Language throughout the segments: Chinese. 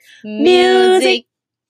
Music。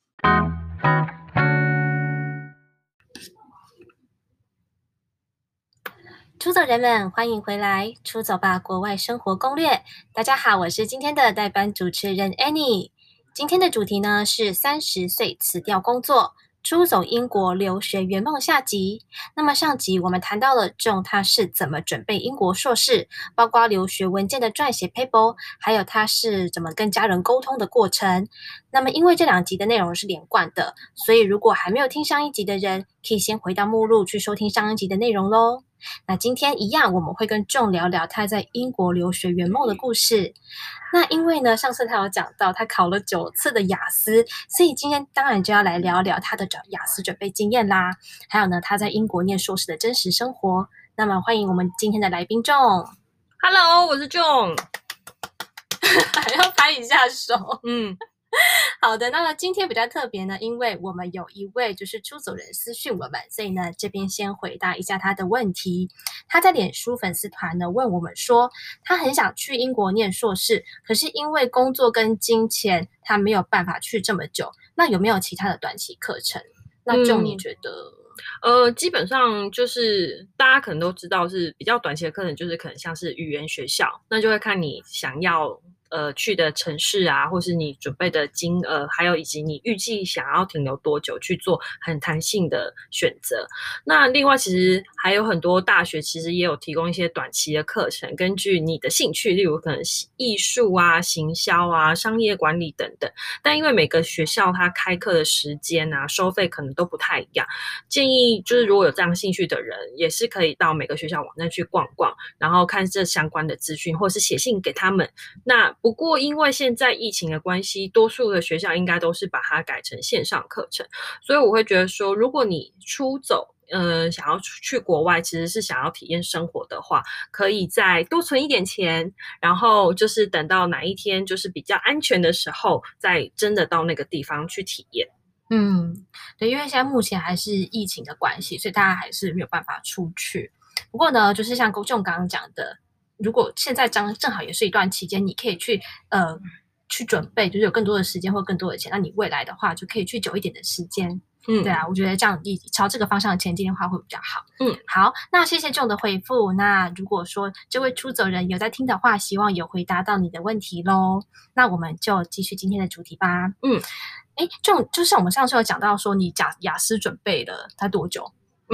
出走人们，欢迎回来！出走吧，国外生活攻略。大家好，我是今天的代班主持人 Annie。今天的主题呢是30岁辞掉工作，出走英国留学圆梦下集。那么上集我们谈到了John他是怎么准备英国硕士，包括留学文件的撰写 paper， 还有他是怎么跟家人沟通的过程。那么因为这2集的内容是连贯的，所以如果还没有听上一集的人，可以先回到目录去收听上一集的内容咯。那今天一样，我们会跟John聊聊他在英国留学圆梦的故事。那因为呢，上次他有讲到他考了9次的雅思，所以今天当然就要来聊聊他的雅思准备经验啦，还有呢他在英国念硕士的真实生活。那么欢迎我们今天的来宾John。Hello， 我是 John。 还要拍一下手。好的，那么今天比较特别呢，因为我们有一位就是出走人私讯我们，所以呢这边先回答一下他的问题。他在脸书粉丝团呢问我们说，他很想去英国念硕士，可是因为工作跟金钱他没有办法去这么久，那有没有其他的短期课程？那John你觉得？ 基本上就是大家可能都知道是比较短期的课程，就是可能像是语言学校，那就会看你想要去的城市啊，或是你准备的金额，还有以及你预计想要停留多久，去做很弹性的选择。那另外其实还有很多大学其实也有提供一些短期的课程，根据你的兴趣，例如可能艺术啊、行销啊、商业管理等等。但因为每个学校它开课的时间啊、收费可能都不太一样，建议就是如果有这样兴趣的人，也是可以到每个学校网站去逛逛，然后看这相关的资讯，或是写信给他们。那不过因为现在疫情的关系，多数的学校应该都是把它改成线上课程，所以我会觉得说，如果你出走想要去国外，其实是想要体验生活的话，可以再多存一点钱，然后就是等到哪一天就是比较安全的时候，再真的到那个地方去体验。 对，因为现在目前还是疫情的关系，所以大家还是没有办法出去。不过呢，就是像John刚刚讲的，如果现在正好也是一段期间，你可以去准备，就是有更多的时间或更多的钱，那你未来的话就可以去久一点的时间。对啊，我觉得这样你朝这个方向前进的话会比较好。好，那谢谢John的回复。那如果说这位出走人有在听的话，希望有回答到你的问题咯。那我们就继续今天的主题吧。John，就像我们上次有讲到说，你雅思准备了才多久？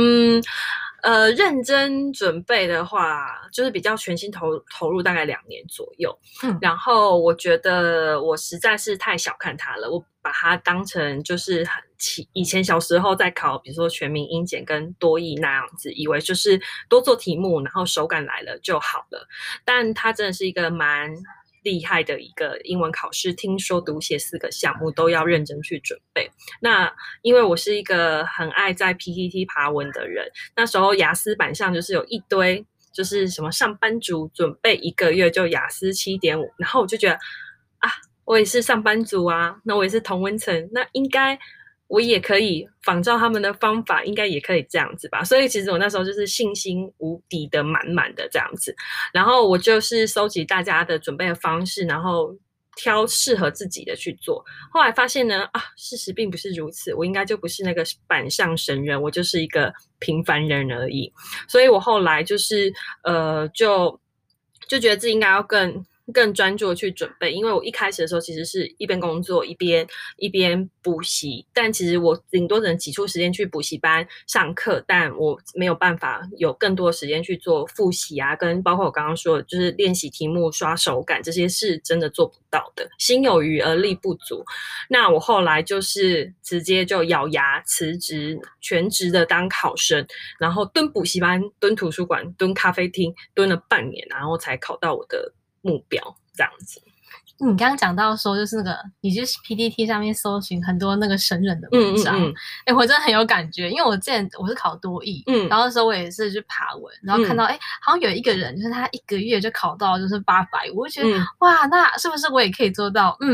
认真准备的话，就是比较全心投入大概2年左右。然后我觉得我实在是太小看它了，我把它当成就是以前小时候在考，比如说全民英检跟多益那样子，以为就是多做题目，然后手感来了就好了。但它真的是一个蛮厉害的一个英文考试，听说读写4个项目都要认真去准备。那因为我是一个很爱在 PTT 爬文的人，那时候雅思版上就是有一堆就是什么上班族准备1个月就雅思 7.5， 然后我就觉得我也是上班族啊，那我也是同温层，那应该我也可以仿照他们的方法，应该也可以这样子吧。所以其实我那时候就是信心无敌的满满的这样子，然后我就是收集大家的准备的方式，然后挑适合自己的去做。后来发现呢，事实并不是如此，我应该就不是那个板上神人，我就是一个平凡人而已。所以我后来就是就觉得自己应该要更专注的去准备，因为我一开始的时候其实是一边工作一边补习，但其实我顶多只能挤出时间去补习班上课，但我没有办法有更多的时间去做复习啊，跟包括我刚刚说的就是练习题目、刷手感，这些是真的做不到的，心有余而力不足。那我后来就是直接就咬牙辞职，全职的当考生，然后蹲补习班、蹲图书馆、蹲咖啡厅，蹲了半年，然后才考到我的目标这样子。 你刚刚讲到说，就是那个你就是 PTT 上面搜寻很多那个神人的文章，我真的很有感觉，因为我之前我是考多益，然后那时候我也是去爬文，然后看到好像有一个人就是他1个月就考到就是800，我就觉得哇，那是不是我也可以做到？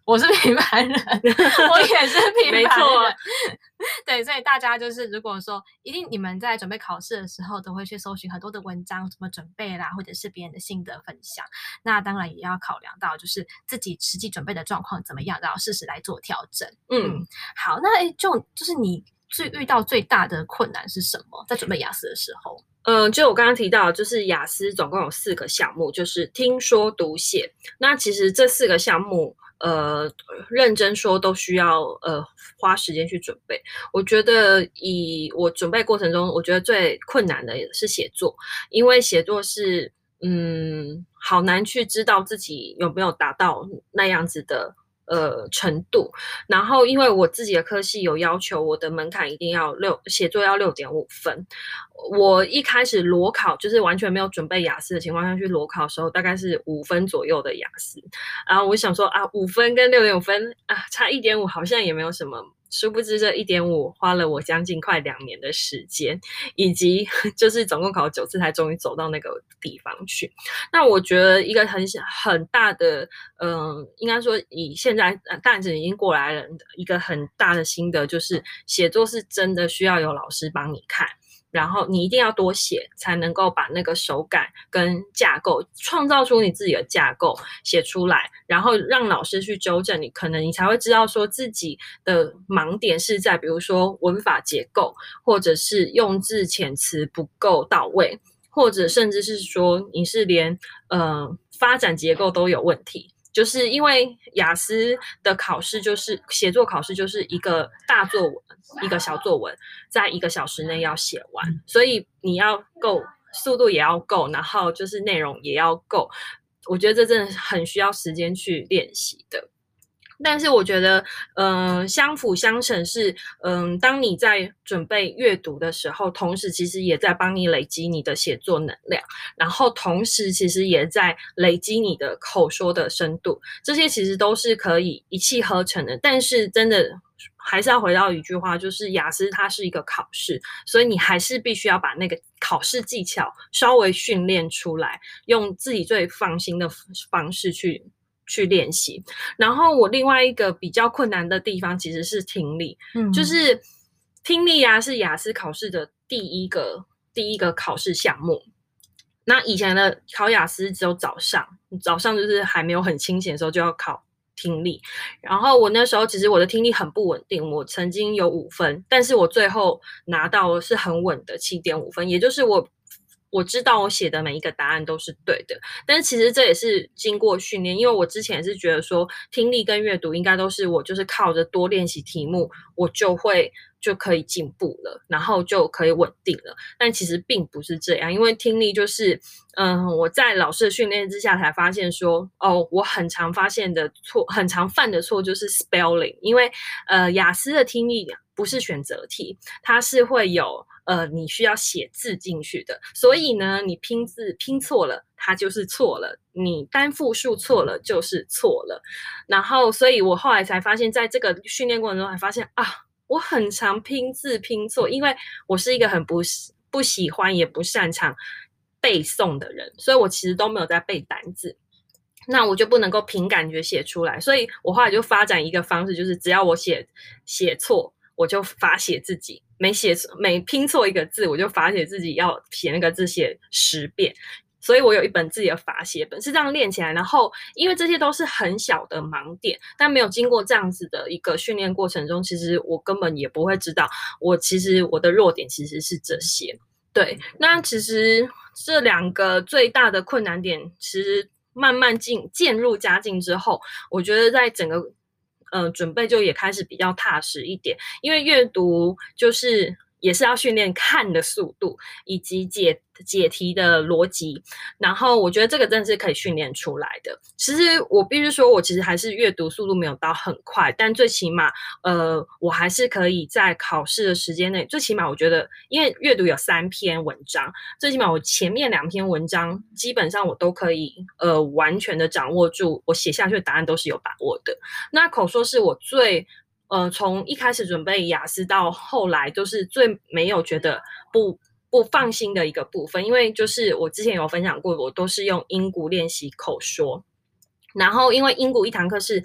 我是平凡人，我也是平没凡人。 错对，所以大家就是如果说一定你们在准备考试的时候都会去搜寻很多的文章，怎么准备啦，或者是别人的心得分享。那当然也要考量到就是自己实际准备的状况怎么样，然后适时来做调整。好，那就是你遇到最大的困难是什么？在准备雅思的时候？ 就我刚刚提到，就是雅思总共有4个项目，就是听说读写。那其实这4个项目，认真说都需要花时间去准备。我觉得以我准备过程中，我觉得最困难的也是写作，因为写作是好难去知道自己有没有达到那样子的程度。然后因为我自己的科系有要求我的门槛一定要写作要6.5分。我一开始裸考就是完全没有准备雅思的情况下去裸考的时候，大概是5分左右的雅思。然后我想说啊，5分跟6.5分啊，差1.5好像也没有什么。殊不知这1.5花了我将近快2年的时间，以及就是总共考了9次才终于走到那个地方去。那我觉得一个很大的应该说以现在大子已经过来了，一个很大的心得就是写作是真的需要有老师帮你看，然后你一定要多写，才能够把那个手感跟架构创造出你自己的架构写出来，然后让老师去纠正你，可能你才会知道说自己的盲点是在比如说文法结构，或者是用字遣词不够到位，或者甚至是说你是连发展结构都有问题。就是因为雅思的考试就是写作考试就是一个大作文一个小作文在1个小时内要写完，所以你要够速度也要够，然后就是内容也要够，我觉得这真的很需要时间去练习的。但是我觉得相辅相成是当你在准备阅读的时候，同时其实也在帮你累积你的写作能量，然后同时其实也在累积你的口说的深度，这些其实都是可以一气呵成的。但是真的还是要回到一句话，就是雅思它是一个考试，所以你还是必须要把那个考试技巧稍微训练出来，用自己最放心的方式去练习。然后我另外一个比较困难的地方其实是听力，就是听力啊是雅思考试的第一个考试项目。那以前的考雅思只有早上就是还没有很清醒的时候就要考听力，然后我那时候其实我的听力很不稳定，我曾经有5分，但是我最后拿到是很稳的7.5分，也就是我知道我写的每一个答案都是对的，但是其实这也是经过训练，因为我之前是觉得说听力跟阅读应该都是我就是靠着多练习题目，我就可以进步了，然后就可以稳定了。但其实并不是这样，因为听力就是我在老师的训练之下才发现说我很常犯的错就是 spelling， 因为雅思的听力不是选择题，它是会有你需要写字进去的，所以呢你拼字拼错了它就是错了，你单复数错了就是错了。然后所以我后来才发现，在这个训练过程中才发现我很常拼字拼错，因为我是一个很不喜欢也不擅长背诵的人，所以我其实都没有在背单字，那我就不能够凭感觉写出来，所以我后来就发展一个方式，就是只要我写错，我就罚写自己，每拼错一个字，我就罚写自己要写那个字写10遍。所以我有一本自己的罚写本，是这样练起来。然后因为这些都是很小的盲点，但没有经过这样子的一个训练过程中，其实我根本也不会知道其实我的弱点其实是这些。对，那其实这2个最大的困难点，其实慢慢渐入佳境之后，我觉得在整个准备就也开始比较踏实一点，因为阅读就是也是要训练看的速度以及解题的逻辑，然后我觉得这个真的是可以训练出来的。其实我必须说我其实还是阅读速度没有到很快，但最起码我还是可以在考试的时间内，最起码我觉得因为阅读有3篇文章，最起码我前面2篇文章基本上我都可以完全的掌握住，我写下去的答案都是有把握的。那口说是我从一开始准备雅思到后来都是最没有觉得不放心的一个部分，因为就是我之前有分享过，我都是用英谷练习口说，然后因为英谷一堂课是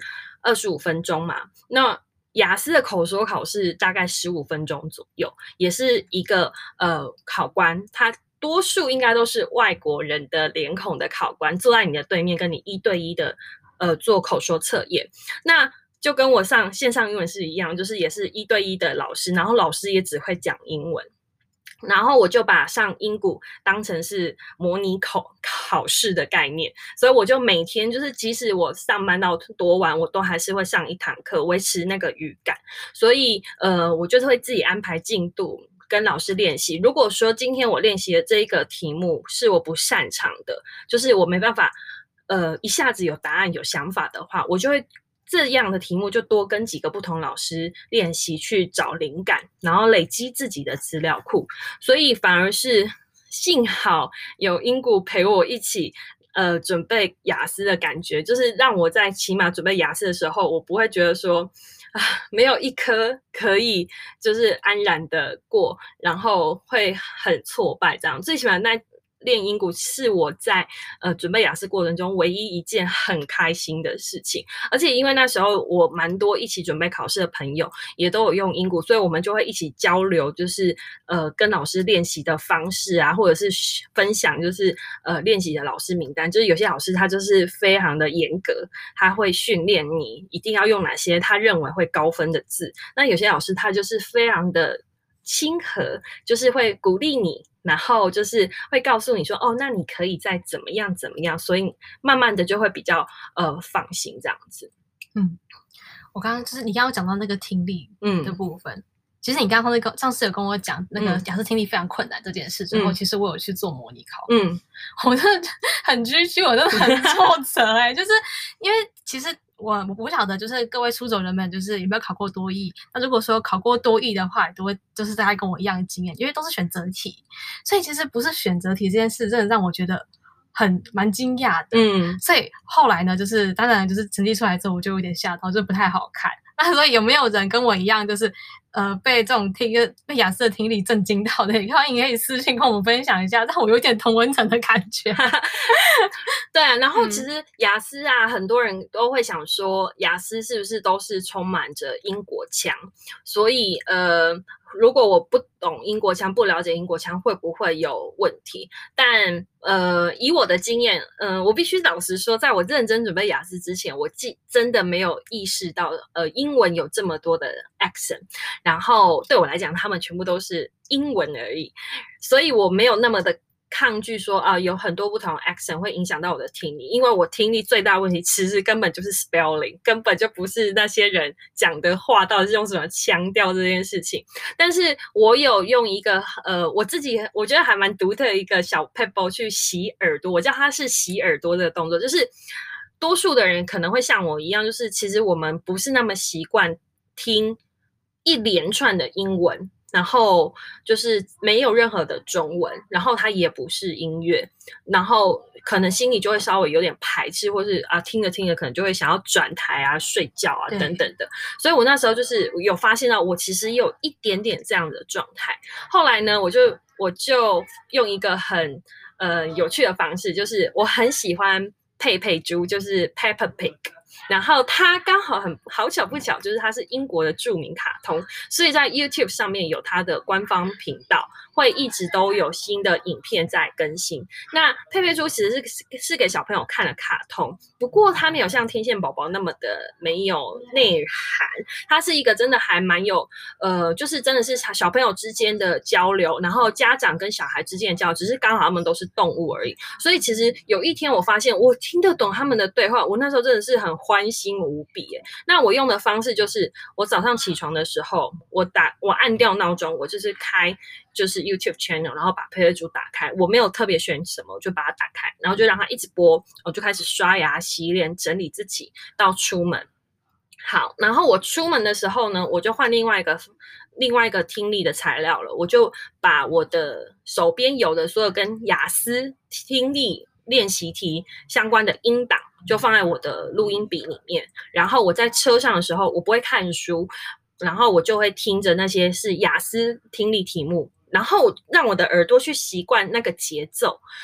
25分钟嘛，那雅思的口说考试大概15分钟左右，也是一个考官，他多数应该都是外国人的脸孔的考官，坐在你的对面，跟你1对1的做口说测验。那就跟我上线上英文是一样，就是也是1对1的老师，然后老师也只会讲英文。然后我就把上英谷当成是模拟考试的概念，所以我就每天就是即使我上班到多晚，我都还是会上1堂课，维持那个语感。所以我就是会自己安排进度跟老师练习。如果说今天我练习的这一个题目是我不擅长的，就是我没办法一下子有答案有想法的话，我就会这样的题目就多跟几个不同老师练习，去找灵感，然后累积自己的资料库。所以反而是幸好有英谷陪我一起准备雅思的感觉，就是让我在起码准备雅思的时候，我不会觉得说没有一科可以就是安然的过，然后会很挫败这样。最起码那练英谷是我在准备雅思过程中唯一一件很开心的事情，而且因为那时候我蛮多一起准备考试的朋友也都有用英谷，所以我们就会一起交流，就是跟老师练习的方式啊，或者是分享就是练习的老师名单。就是有些老师他就是非常的严格，他会训练你一定要用哪些他认为会高分的字，那有些老师他就是非常的亲和，就是会鼓励你，然后就是会告诉你说那你可以再怎么样怎么样，所以慢慢的就会比较放心这样子。 我刚刚就是你刚刚讲到那个听力的部分，其实你刚刚上次有跟我讲那个雅思听力非常困难这件事之后，其实我有去做模拟考，我真的很居居，我真的很挫折就是因为其实我不晓得，就是各位出走人们，就是有没有考过多益？那如果说考过多益的话，都会就是大概跟我一样的经验，因为都是选择题，所以其实不是选择题这件事，真的让我觉得蛮惊讶的。所以后来呢，就是当然就是成绩出来之后，我就有点吓到，就不太好看。那所以有没有人跟我一样，就是被这种被雅思的听力震惊到的？欢迎可以私信跟我们分享一下，让我有点同温层的感觉。 对啊，然后其实雅思啊，很多人都会想说，雅思是不是都是充满着英国腔？所以如果我不懂英国腔，不了解英国腔，会不会有问题？但以我的经验，我必须老实说，在我认真准备雅思之前，我真的没有意识到英文有这么多的 accent， 然后对我来讲，他们全部都是英文而已，所以我没有那么的抗拒说有很多不同的 accent 会影响到我的听力，因为我听力最大的问题其实根本就是 spelling， 根本就不是那些人讲的话到底是用什么腔调这件事情。但是我有用一个我自己我觉得还蛮独特的一个小 pebble 去洗耳朵，我叫它是洗耳朵的动作，就是多数的人可能会像我一样，就是其实我们不是那么习惯听一连串的英文，然后就是没有任何的中文，然后它也不是音乐，然后可能心里就会稍微有点排斥，或是听着听着可能就会想要转台啊、睡觉啊等等的。所以我那时候就是有发现到，我其实也有一点点这样的状态。后来呢，我就用一个很有趣的方式，就是我很喜欢佩佩猪，就是 Peppa Pig。然后他刚好很好巧不巧，就是他是英国的著名卡通，所以在 YouTube 上面有他的官方频道，会一直都有新的影片在更新。那佩佩猪其实是给小朋友看的卡通，不过它没有像天线宝宝那么的没有内涵，它是一个真的还蛮有就是真的是小朋友之间的交流，然后家长跟小孩之间的交流，只是刚好他们都是动物而已。所以其实有一天我发现我听得懂他们的对话，我那时候真的是很欢欣无比耶。那我用的方式就是，我早上起床的时候，我按掉闹钟，我就是开就是 YouTube channel， 然后把佩佩猪打开，我没有特别选什么，我就把它打开，然后就让它一直播，我就开始刷牙、洗脸、整理自己到出门。好，然后我出门的时候呢，我就换另外一个听力的材料了，我就把我的手边有的所有跟雅思听力练习题相关的音档就放在我的录音笔里面，然后我在车上的时候我不会看书，然后我就会听着那些是雅思听力题目，然后让我的耳朵去习惯那个节奏。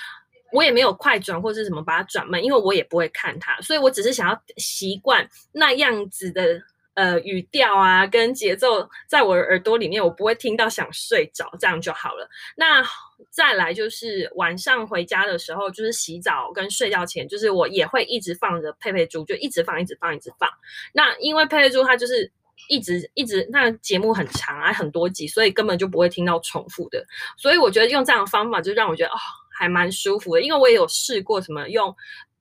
我也没有快转或是什么把它转慢，因为我也不会看它，所以我只是想要习惯那样子的语调啊跟节奏在我的耳朵里面，我不会听到想睡着，这样就好了。那再来就是晚上回家的时候，就是洗澡跟睡觉前，就是我也会一直放着佩佩猪，就一直放。那因为佩佩猪它就是一直，那节目很长啊，很多集，所以根本就不会听到重复的。所以我觉得用这样的方法，就让我觉得还蛮舒服的。因为我也有试过什么用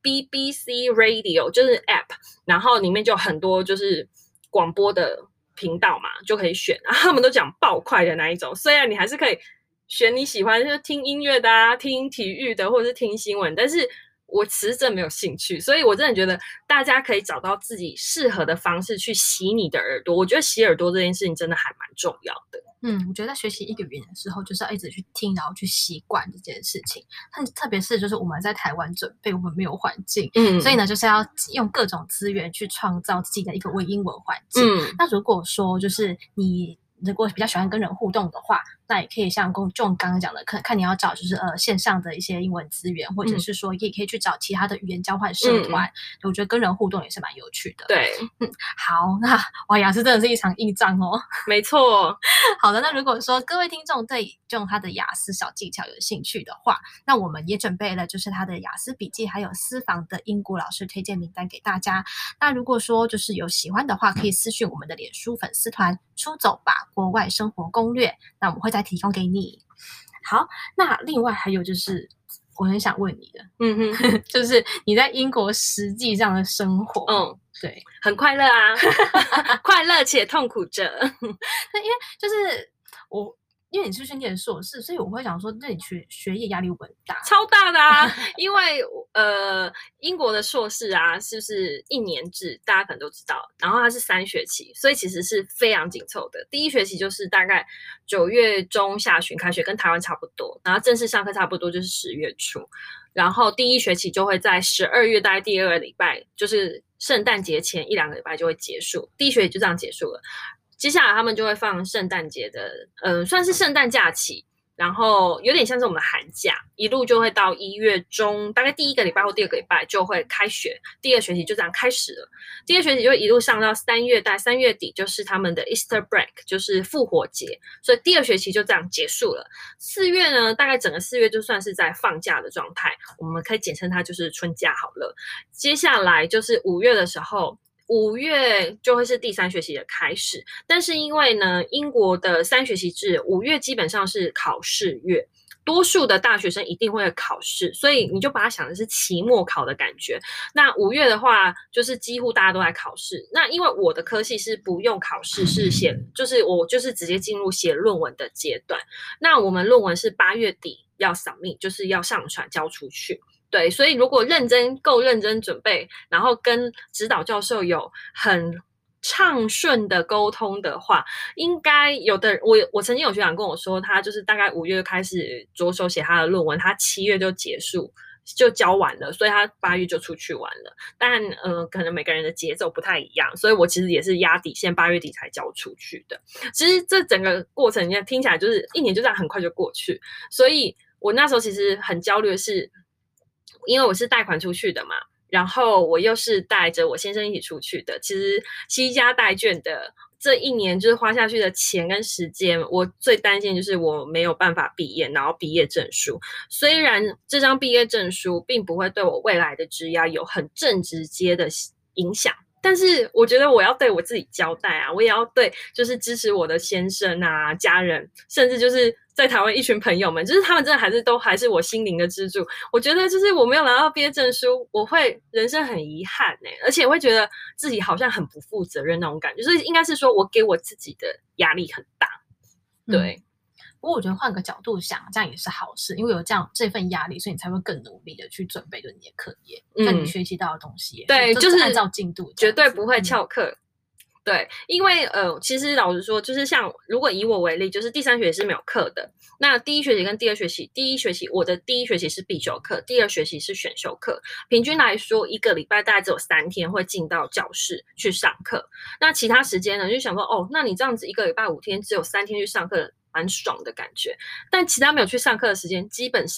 BBC Radio 就是 App， 然后里面就很多就是广播的频道嘛，就可以选。然后他们都讲爆快的那一种，虽然你还是可以选你喜欢，就是听音乐的啊，听体育的，或者是听新闻，但是我其实真的没有兴趣，所以我真的觉得大家可以找到自己适合的方式去洗你的耳朵。我觉得洗耳朵这件事情真的还蛮重要的。 我觉得在学习一个语言的时候，就是要一直去听，然后去习惯这件事情。特别是就是我们在台湾准备，我们没有环境，所以呢，就是要用各种资源去创造自己的一个微英文环境。那如果说就是你如果比较喜欢跟人互动的话，那也可以像John刚刚讲的，看你要找就是线上的一些英文资源，或者是说也可以去找其他的语言交换社团。我觉得跟人互动也是蛮有趣的。 对， 好，那哇，雅思真的是一场硬仗哦。 没错。 好的，那如果说各位听众对John他的雅思小技巧有兴趣的话，那我们也准备了就是他的雅思笔记，还有私房的英国老师推荐名单给大家。那如果说就是有喜欢的话，可以私讯我们的脸书粉丝团出走吧国外生活攻略，那我们会再提供给你。好，那另外还有就是我很想问你的，就是你在英国实际上的生活，对， 很快乐啊，快乐且痛苦着。 那因为就是因为你是去念硕士，所以我会想说，对你学业压力会不会很大？ 超大的啊！因为英国的硕士啊，是不是1年制？大家可能都知道。然后它是3学期，所以其实是非常紧凑的。第一学期就是大概9月中下旬开学，跟台湾差不多。然后正式上课差不多就是10月初。然后第一学期就会在12月大概第2个礼拜，就是圣诞节前1-2个礼拜就会结束。第一学期就这样结束了。接下来他们就会放圣诞节的，算是圣诞假期，然后有点像是我们的寒假，一路就会到1月中，大概第1个礼拜或第2个礼拜就会开学，第2学期就这样开始了。第2学期就一路上到3月，大概3月底就是他们的 Easter break， 就是复活节，所以第2学期就这样结束了。4月呢，大概整个4月就算是在放假的状态，我们可以简称它就是春假好了。接下来就是5月的时候。5月就会是第3学期的开始，但是因为呢，英国的3学期制，5月基本上是考试月，多数的大学生一定会考试，所以你就把它想的是期末考的感觉。那5月的话，就是几乎大家都在考试。那因为我的科系是不用考试，是就是我就是直接进入写论文的阶段。那我们论文是8月底要 submit， 就是要上传交出去。对，所以如果够认真准备，然后跟指导教授有很畅顺的沟通的话，应该有的。我曾经有学长跟我说，他就是大概5月开始着手写他的论文，他7月就结束就交完了，所以他8月就出去玩了。但可能每个人的节奏不太一样，所以我其实也是压底线8月底才交出去的。其实这整个过程听起来就是1年就这样很快就过去，所以我那时候其实很焦虑的是。因为我是贷款出去的嘛，然后我又是带着我先生一起出去的，其实惜家带眷的这1年就是花下去的钱跟时间，我最担心就是我没有办法毕业，然后毕业证书。虽然这张毕业证书并不会对我未来的职涯有很正直接的影响，但是我觉得我要对我自己交代啊，我也要对就是支持我的先生啊、家人，甚至就是在台湾一群朋友们，就是他们真的还是我心灵的支柱。我觉得就是我没有拿到毕业证书，我会人生很遗憾而且我会觉得自己好像很不负责任那种感觉，就是应该是说我给我自己的压力很大。对。 不过我觉得换个角度想，这样也是好事，因为有这份压力，所以你才会更努力的去准备你的课业，跟你学习到的东西。 对，就是按照进度， 绝对不会翘课。对，因为其实老实说，就是像如果以我为例，就是第3学期是没有课的。那第1学期跟第2学期，我的第1学期是必修课，第2学期是选修课。平均来说，1个礼拜大概只有3天会进到教室去上课。那其他时间呢，就想说，那你这样子1个礼拜5天，只有3天去上课，蛮爽的感觉。但其他没有去上课的时间，基本上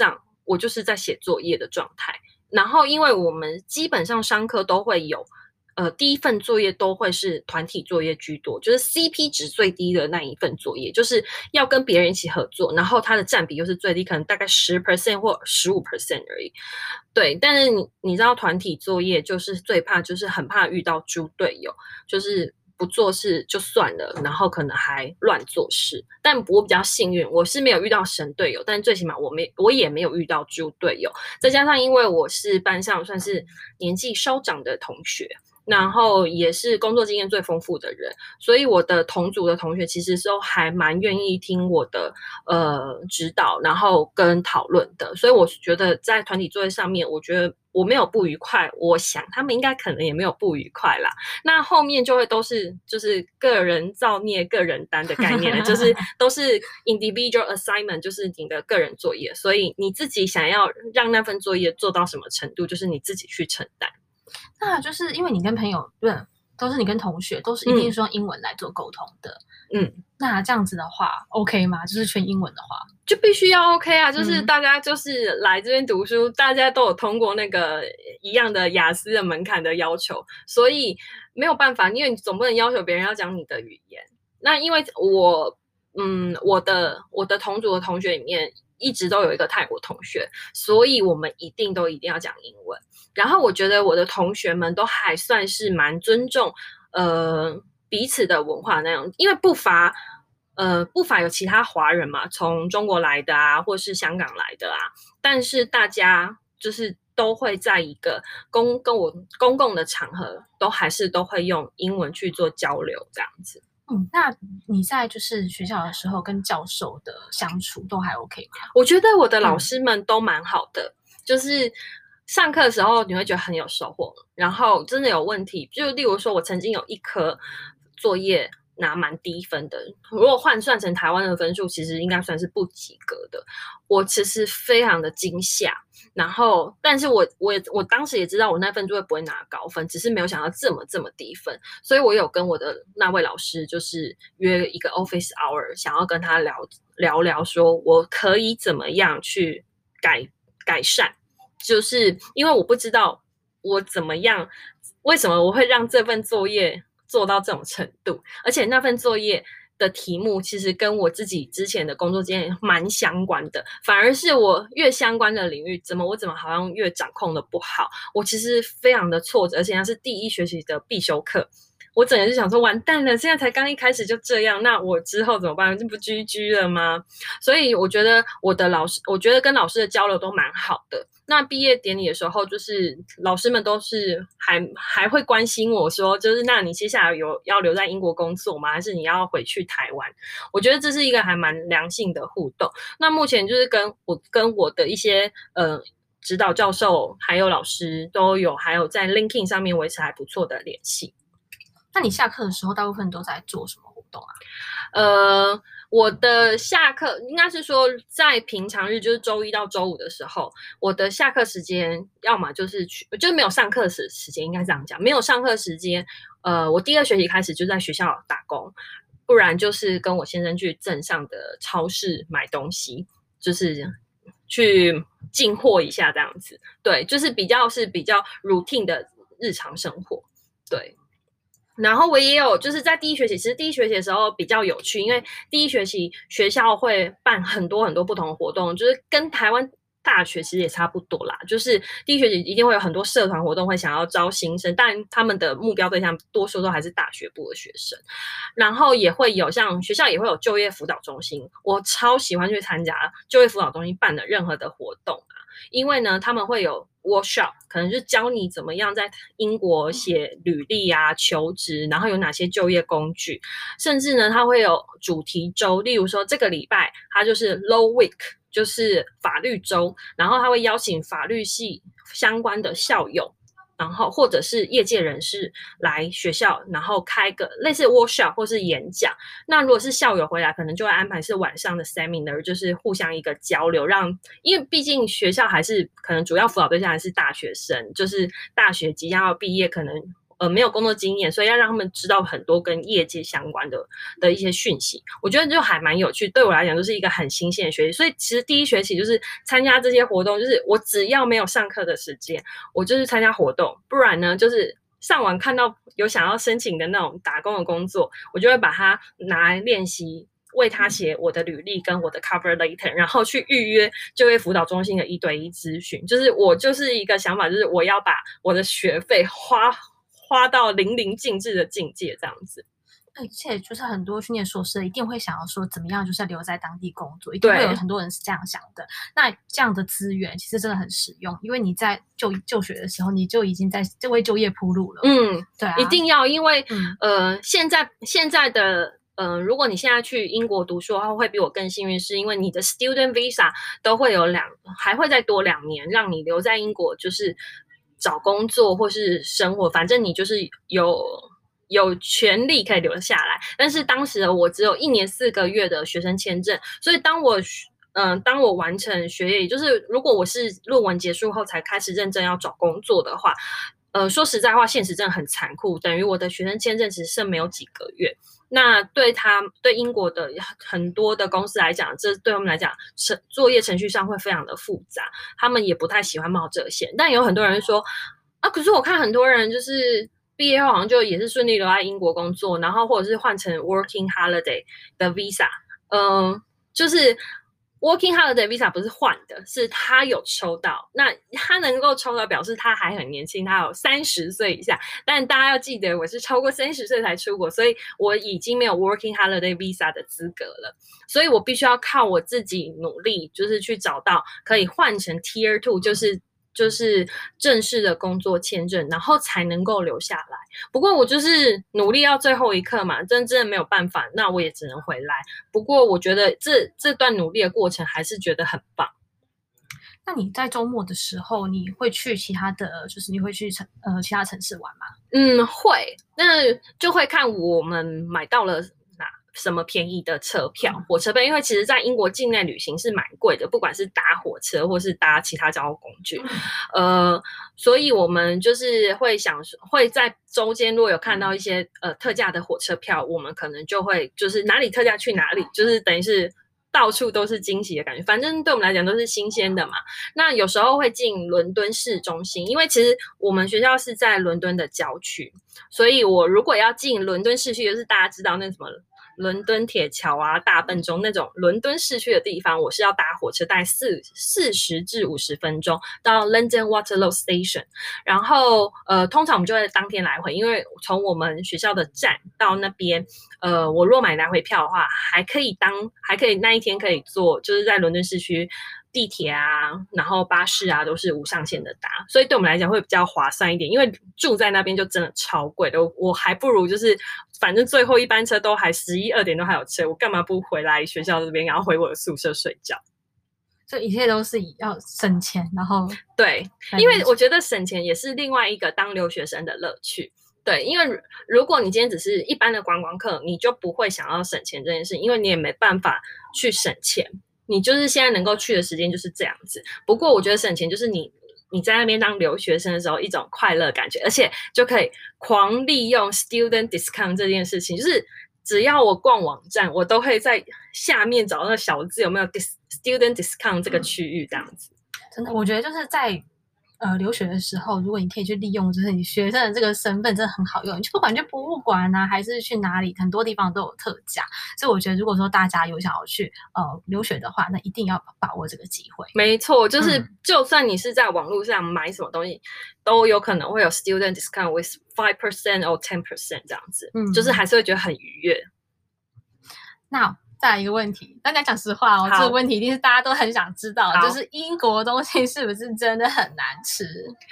我就是在写作业的状态。然后因为我们基本上商科都会有第一份作业都会是团体作业居多，就是 CP 值最低的那一份作业，就是要跟别人一起合作，然后它的占比又是最低，可能大概10% 或15% 而已。对，但是你知道团体作业就是最怕，就是很怕遇到猪队友，就是不做事就算了，然后可能还乱做事。但我比较幸运，我是没有遇到神队友，但最起码我也没有遇到猪队友。再加上因为我是班上算是年纪稍长的同学，然后也是工作经验最丰富的人，所以我的同组的同学其实都还蛮愿意听我的指导，然后跟讨论的。所以我觉得在团体作业上面，我觉得我没有不愉快，我想他们应该可能也没有不愉快啦。那后面就会都是就是个人造孽个人担的概念了，就是都是 individual assignment， 就是你的个人作业，所以你自己想要让那份作业做到什么程度，就是你自己去承担。 那就是因为你跟朋友，对，都是你跟同学，都是一定是用英文来做沟通的。那这样子的话 ，OK 吗？就是全英文的话， 就必须要 OK 啊！就是大家就是来这边读书，大家都有通过那个一样的雅思的门槛的要求，所以没有办法，因为你总不能要求别人要讲你的语言。那因为我的同组的同学里面一直都有一个泰国同学，所以我们一定要讲英文。然后我觉得我的同学们都还算是蛮尊重彼此的文化那样，因为不乏有其他华人嘛，从中国来的啊，或是香港来的啊，但是大家就是都会在一个公共的场合，都会用英文去做交流这样子。 那你在就是学校的时候跟教授的相处都还 OK 吗？ 我觉得我的老师们都蛮好的，就是上课的时候你会觉得很有收获，然后真的有问题，就例如说我曾经有一科作业拿蛮低分的，如果换算成台湾的分数，其实应该算是不及格的。我其实非常的惊吓，然后但是我当时也知道我那份作业不会拿高分，只是没有想到这么低分，所以我有跟我的那位老师就是约一个 office hour， 想要跟他聊说我可以怎么样去改善，就是因为我不知道我怎么样，为什么我会让这份作业做到这种程度，而且那份作业的题目其实跟我自己之前的工作经验蛮相关的，反而是我越相关的领域，我怎么好像越掌控的不好，我其实非常的挫折，而且那是第一学期的必修课。我整个就想说完蛋了，现在才刚一开始就这样，那我之后怎么办？这不 GG 了吗？所以我觉得我觉得跟老师的交流都蛮好的。那毕业典礼的时候，就是老师们都是还会关心我说，就是那你接下来要留在英国工作吗？还是你要回去台湾？我觉得这是一个还蛮良性的互动。那目前就是跟我的一些指导教授还有老师都有，还有在 LinkedIn 上面维持还不错的联系。 那你下课的时候大部分都在做什么活动啊？ 我的下课应该是说在平常日，就是周一到周五的时候，我的下课时间要么就是就是没有上课时间，应该这样讲，没有上课时间，我第二学期开始就在学校打工，不然就是跟我先生去镇上的超市买东西，就是去进货一下这样子。对，就是比较 routine 的日常生活。对。然后我也有就是在第一学期，其实第一学期的时候比较有趣，因为第一学期学校会办很多不同的活动，就是跟台湾大学其实也差不多啦，就是第一学期一定会有很多社团活动会想要招新生，但他们的目标对象多数都还是大学部的学生，然后也会有像学校也会有就业辅导中心，我超喜欢去参加就业辅导中心办的任何的活动啊，因为呢他们会有workshop， 可能就是教你怎么样在英国写履历啊、求职，然后有哪些就业工具，甚至呢，它会有主题周，例如说这个礼拜它就是 Law Week， 就是法律周，然后它会邀请法律系相关的校友，然后或者是业界人士来学校，然后开个类似 workshop 或是演讲。那如果是校友回来，可能就会安排是晚上的 seminar， 就是互相一个交流，因为毕竟学校还是可能主要辅导对象还是大学生，就是大学即将要毕业，可能没有工作经验，所以要让他们知道很多跟业界相关的一些讯息。我觉得就还蛮有趣，对我来讲就是一个很新鲜的学习。所以其实第一学期就是参加这些活动，就是我只要没有上课的时间，我就是参加活动，不然呢就是上网看到有想要申请的那种打工的工作，我就会把它拿来练习。为他写我的履历跟我的 cover letter， 然后去预约就业辅导中心的1对1咨询。就是我就是一个想法，就是我要把我的学费花到淋漓尽致的境界，这样子。 而且就是很多去念硕士的一定会想要说怎么样就是留在当地工作，一定会有很多人是这样想的。那这样的资源其实真的很实用，因为你在就学的时候你就已经在为就业铺路了。对啊， 一定要，因为现在的如果你现在去英国读书的话，会比我更幸运，是因为你的 student visa 都会有还会再多2年，让你留在英国，就是找工作或是生活，反正你就是有权利可以留下来。但是当时我只有1年4个月的学生签证，所以当我完成学业，就是如果我是论文结束后才开始认真要找工作的话，说实在话，现实真的很残酷，等于我的学生签证只剩没有几个月。那对英国的很多的公司来讲，这对他们来讲作业程序上会非常的复杂，他们也不太喜欢冒这个险。但有很多人说啊，可是我看很多人就是毕业后好像就也是顺利留在英国工作，然后或者是换成 working holiday 的 visa，就是 working holiday visa 不是换的，是他有抽到。那他能够抽到，表示他还很年轻，他有30岁以下。但大家要记得，我是超过30岁才出国，所以我已经没有 working holiday visa 的资格了。所以我必须要靠我自己努力，就是去找到可以换成 Tier 2，就是正式的工作签证，然后才能够留下来。不过我就是努力到最后一刻嘛，真的没有办法，那我也只能回来。不过我觉得这段努力的过程还是觉得很棒。 那你在周末的时候，你会去其他的，就是你会去其他城市玩吗？ 会，那就会看我们买到了什么便宜的车票、火车票，因为其实在英国境内旅行是蛮贵的，不管是搭火车或是搭其他交通工具，所以我们就是会在周间如果有看到一些特价的火车票，我们可能就会就是哪里特价去哪里，就是等于是到处都是惊喜的感觉，反正对我们来讲都是新鲜的嘛。那有时候会进伦敦市中心，因为其实我们学校是在伦敦的郊区，所以我如果要进伦敦市区，就是大家知道那什么伦敦铁桥啊、大笨钟那种伦敦市区的地方，我是要搭火车，大概40至50分钟到 London Waterloo Station。然后通常我们就会当天来回，因为从我们学校的站到那边，我若买来回票的话，还可以那一天可以坐，就是在伦敦市区。地铁啊，然后巴士啊，都是无上限的搭，所以对我们来讲会比较划算一点。因为住在那边就真的超贵的，我还不如就是反正最后一班车都还11、2点都还有车，我干嘛不回来学校这边，然后回我的宿舍睡觉？ 所以一切都是要省钱，然后对，因为我觉得省钱也是另外一个当留学生的乐趣。对，因为如果你今天只是一般的观光客，你就不会想要省钱这件事，因为你也没办法去省钱。你就是现在能够去的时间就是这样子。不过我觉得省钱就是你在那边当留学生的时候一种快乐感觉，而且就可以狂利用 student discount 这件事情，就是只要我逛网站，我都会在下面找那个小字有没有 student discount 这个区域这样子。 真的，我觉得就是在留学的时候，如果你可以去利用，就是你学生的这个身份，真的很好用。你就不管去博物馆啊，还是去哪里，很多地方都有特价。所以我觉得，如果说大家有想要去留学的话，那一定要把握这个机会。 没错，就是就算你是在网络上买什么东西，都有可能会有 student discount with 5% or 10% 这样子，就是还是会觉得很愉悦。 那再来一个问题，大家讲实话哦，这个问题一定是大家都很想知道，就是英国东西是不是真的很难吃？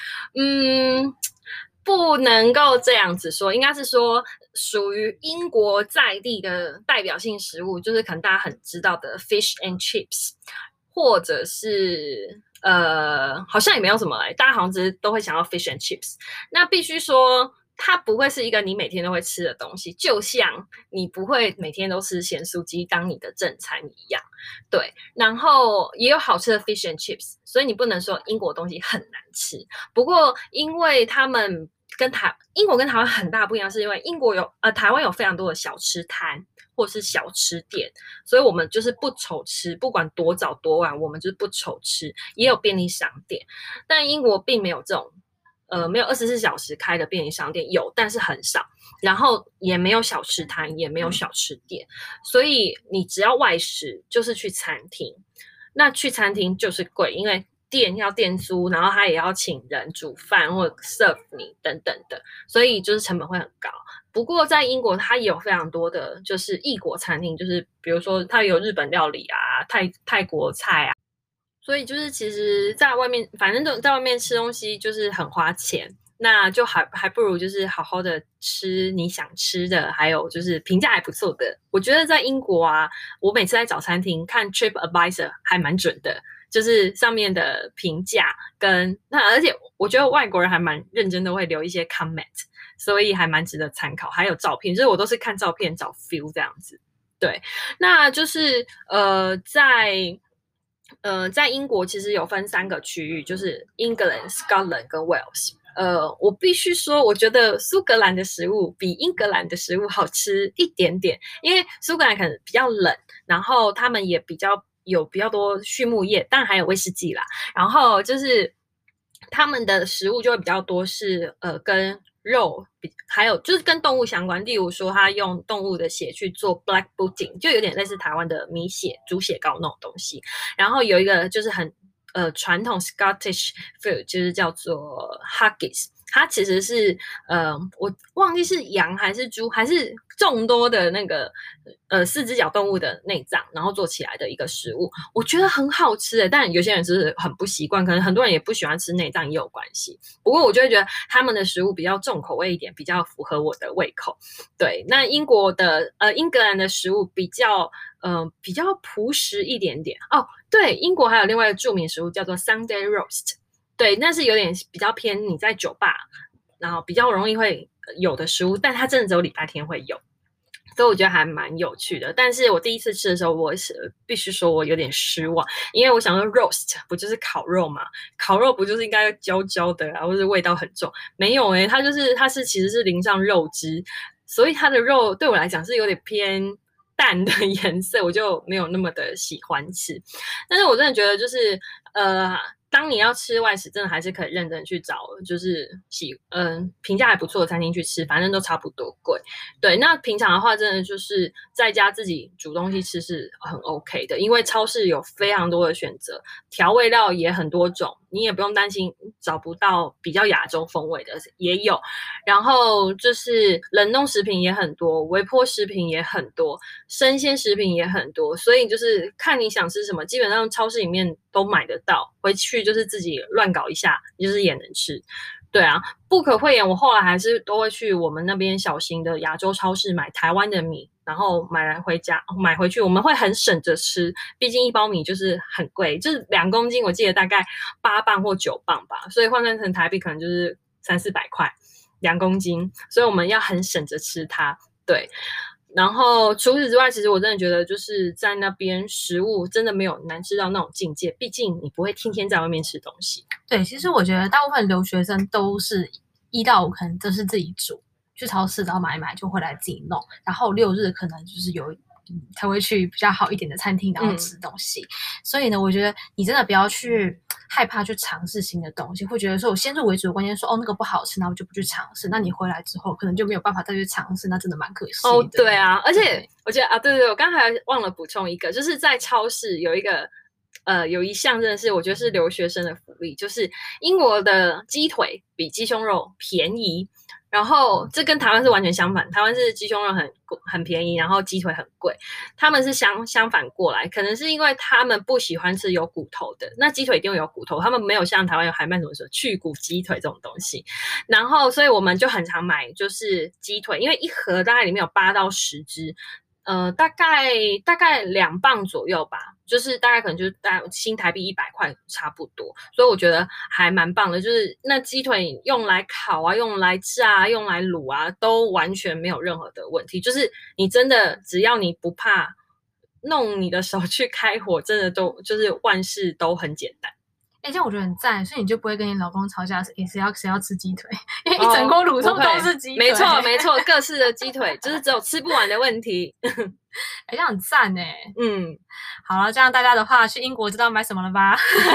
不能够这样子说，应该是说属于英国在地的代表性食物，就是可能大家很知道的 fish and chips， 或者是好像也没有什么大家好像只是都会想要 fish and chips。那必须说，它不会是一个你每天都会吃的东西，就像你不会每天都吃咸酥鸡当你的正餐一样。对，然后也有好吃的 fish and chips， 所以你不能说英国东西很难吃。不过因为他们英国跟台湾很大不一样，是因为台湾有非常多的小吃摊或是小吃店，所以我们就是不愁吃，不管多早多晚，我们就是不愁吃。也有便利商店，但英国并没有这种没有24小时开的便利商店，有但是很少，然后也没有小吃摊，也没有小吃店，所以你只要外食就是去餐厅，那去餐厅就是贵，因为店要店租，然后他也要请人煮饭或者 serve 你等等的，所以就是成本会很高。不过在英国，它也有非常多的就是异国餐厅，就是比如说它有日本料理啊、泰国菜啊，所以就是其实在外面，反正都在外面吃东西就是很花钱，那就还不如就是好好的吃你想吃的，还有就是评价还不错的。我觉得在英国啊，我每次在找餐厅看 TripAdvisor 还蛮准的。就是上面的评价而且我觉得外国人还蛮认真的会留一些 comment， 所以还蛮值得参考。还有照片，就是我都是看照片找 feel 这样子。对，那就是在英国其实有分3个区域，就是 England、Scotland 跟 Wales。我必须说，我觉得苏格兰的食物比英格兰的食物好吃一点点，因为苏格兰可能比较冷，然后他们也有比较多畜牧业，当然还有威士忌啦。然后就是他们的食物就会比较多是跟肉还有就是跟动物相关，例如说他用动物的血去做 black pudding， 就有点类似台湾的米血猪血糕那种东西。然后有一个就是很传统 Scottish food， 就是叫做 haggis。它其实是我忘记是羊还是猪还是众多的那个4只脚动物的内脏，然后做起来的一个食物，我觉得很好吃但有些人是很不习惯，可能很多人也不喜欢吃内脏也有关系。不过我就会觉得他们的食物比较重口味一点，比较符合我的胃口。对，那英格兰的食物比较朴实一点点哦。对，英国还有另外一个著名食物叫做 Sunday roast。对，那是有点比较偏你在酒吧，然后比较容易会有的食物，但它真的只有礼拜天会有，所以我觉得还蛮有趣的。但是我第一次吃的时候，我必须说我有点失望，因为我想说 roast 不就是烤肉嘛？烤肉不就是应该焦焦的或者味道很重？没有它其实是淋上肉汁，所以它的肉对我来讲是有点偏淡的颜色，我就没有那么的喜欢吃。但是我真的觉得就是当你要吃外食，真的还是可以认真去找，就是评价还不错的餐厅去吃，反正都差不多贵。对，那平常的话，真的就是在家自己煮东西吃是很 OK 的，因为超市有非常多的选择，调味料也很多种，你也不用担心找不到比较亚洲风味的也有。然后就是冷冻食品也很多，微波食品也很多，生鲜食品也很多，所以就是看你想吃什么，基本上超市里面都买得到，回去就是自己乱搞一下，就是也能吃。对啊，不可讳言，我后来还是都会去我们那边小型的亚洲超市买台湾的米，然后买回去，我们会很省着吃，毕竟一包米就是很贵，就是2公斤，我记得大概8磅或9磅吧，所以换算成台币可能就是300-400块2公斤，所以我们要很省着吃它。对。然后除此之外，其实我真的觉得就是在那边食物真的没有难吃到那种境界，毕竟你不会天天在外面吃东西。 对，其实我觉得大部分留学生都是1到5可能都是自己煮，去超市然后买一买就回来自己弄，然后6日可能就是才会去比较好一点的餐厅然后吃东西。所以呢，我觉得你真的不要去害怕去尝试新的东西，会觉得说我先入为主的观念说那个不好吃，那我就不去尝试，那你回来之后可能就没有办法再去尝试，那真的蛮可惜的。 对啊，而且我觉得对，我刚才忘了补充一个，就是在超市有一项真的是我觉得是留学生的福利，就是英国的鸡腿比鸡胸肉便宜。然后这跟台湾是完全相反，台湾是鸡胸肉很便宜，然后鸡腿很贵，他们是相反过来，可能是因为他们不喜欢吃有骨头的，那鸡腿一定会有骨头，他们没有像台湾有还卖什么去骨鸡腿这种东西，然后所以我们就很常买就是鸡腿，因为一盒大概里面有8到10只。大概2磅左右吧，就是大概可能就是新台币100块差不多，所以我觉得还蛮棒的。就是那鸡腿用来烤啊，用来炸啊，用来卤啊，都完全没有任何的问题。就是你真的只要你不怕弄你的手去开火，真的都就是万事都很简单。 这样我觉得很赞，所以你就不会跟你老公吵架，谁要吃鸡腿，因为一整锅卤肉都是鸡腿。 没错没错，各式的鸡腿，就是只有吃不完的问题。 这样很赞耶。好了，这样大家的话去英国知道买什么了吧？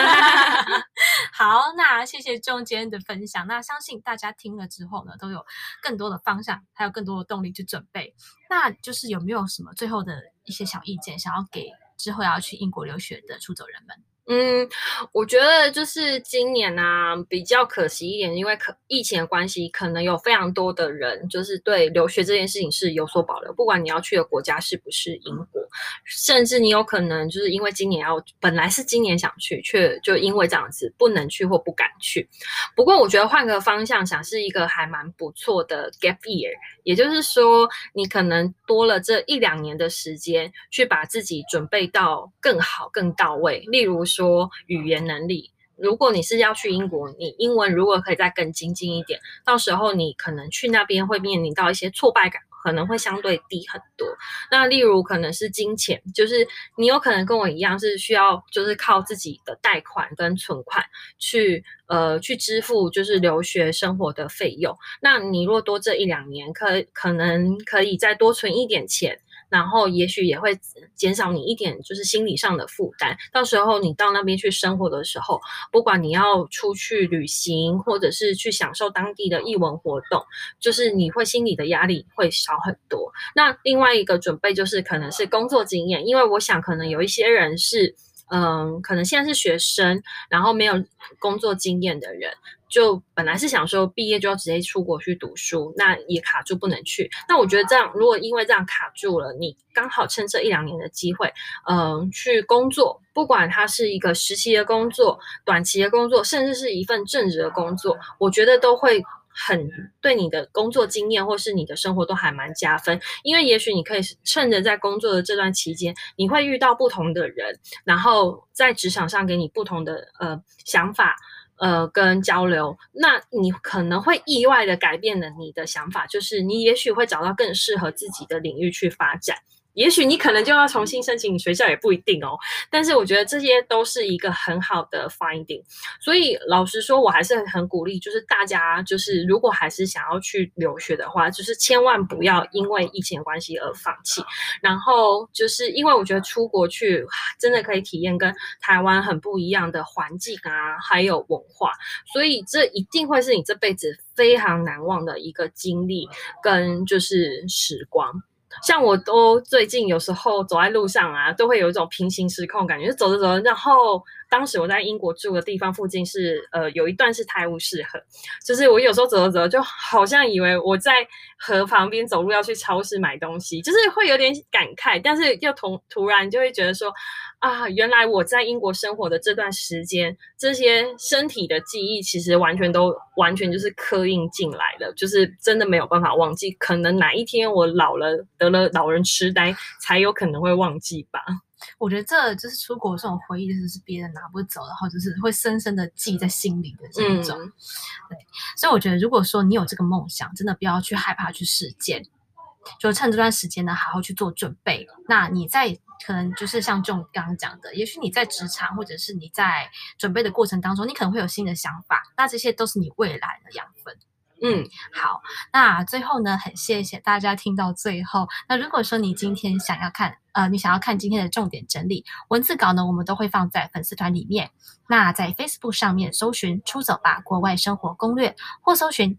好，那谢谢John今天的分享。那相信大家听了之后呢，都有更多的方向，还有更多的动力去准备。那就是有没有什么最后的一些小意见，想要给之后要去英国留学的出走人们？ 我觉得就是今年啊比较可惜一点，因为疫情的关系，可能有非常多的人就是对留学这件事情是有所保留，不管你要去的国家是不是英国，甚至你有可能就是因为本来是今年想去，却就因为这样子不能去或不敢去。不过我觉得换个方向想，是一个还蛮不错的 gap year， 也就是说你可能多了这1-2年的时间去把自己准备到更好更到位，例如说语言能力，如果你是要去英国，你英文如果可以再更精进一点，到时候你可能去那边会面临到一些挫败感，可能会相对低很多。那例如可能是金钱，就是你有可能跟我一样是需要就是靠自己的贷款跟存款去支付就是留学生活的费用。那你若多这1-2年可能可以再多存一点钱，然后也许也会减少你一点就是心理上的负担。到时候你到那边去生活的时候，不管你要出去旅行，或者是去享受当地的艺文活动，就是你会心理的压力会少很多。那另外一个准备就是可能是工作经验，因为我想可能有一些人是可能现在是学生，然后没有工作经验的人，就本来是想说毕业就要直接出国去读书，那也卡住不能去。那我觉得这样，如果因为这样卡住了，你刚好趁这1-2年的机会，去工作，不管它是一个实习的工作、短期的工作，甚至是一份正职的工作，我觉得都会很对你的工作经验或是你的生活都还蛮加分。因为也许你可以趁着在工作的这段期间，你会遇到不同的人，然后在职场上给你不同的想法跟交流，那你可能会意外的改变了你的想法，就是你也许会找到更适合自己的领域去发展。也许你可能就要重新申请学校，也不一定哦。但是我觉得这些都是一个很好的 finding， 所以老实说，我还是很鼓励，就是大家就是如果还是想要去留学的话，就是千万不要因为疫情的关系而放弃。然后就是因为我觉得出国去真的可以体验跟台湾很不一样的环境啊，还有文化，所以这一定会是你这辈子非常难忘的一个经历跟就是时光。像我都最近有时候走在路上啊，都会有一种平行时空感觉，就走着走着，然后当时我在英国住的地方附近是有一段是泰晤士河，就是我有时候走着走着就好像以为我在河旁边走路要去超市买东西，就是会有点感慨，但是又突然就会觉得说啊，原来我在英国生活的这段时间，这些身体的记忆其实完全就是刻印进来了，就是真的没有办法忘记，可能哪一天我老了得了老人痴呆，才有可能会忘记吧。 我觉得这就是出国这种回忆，就是别人拿不走，然后就是会深深的记在心里的这一种。对，所以我觉得如果说你有这个梦想，真的不要去害怕去实践，就趁这段时间呢，好好去做准备。那你在可能就是像John刚刚讲的，也许你在职场或者是你在准备的过程当中，你可能会有新的想法，那这些都是你未来的养分。好，那最后呢，很谢谢大家听到最后。那如果说你今天想要看今天的重点整理文字稿呢，我们都会放在粉丝团里面。那在 Facebook 上面搜寻出走吧国外生活攻略，或搜寻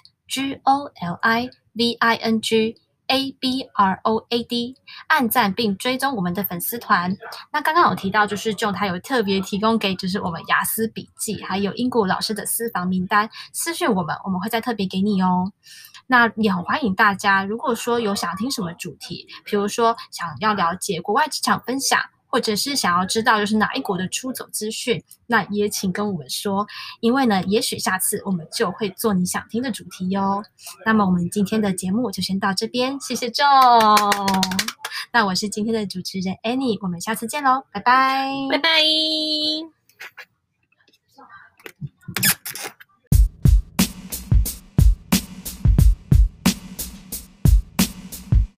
@GOLIVING_ABROAD， 按赞并追踪我们的粉丝团。那刚刚有提到，就是 John 他有特别提供给就是我们雅思笔记还有英国老师的私房名单，私讯我们会再特别给你哦。那也很欢迎大家，如果说有想听什么主题，比如说想要了解国外职场分享，或者是想要知道就是哪一国的出走资讯，那也请跟我们说，因为呢，也许下次我们就会做你想听的主题哟。那么我们今天的节目就先到这边，谢谢 John。那我是今天的主持人 Annie， 我们下次见喽，拜拜， 拜拜。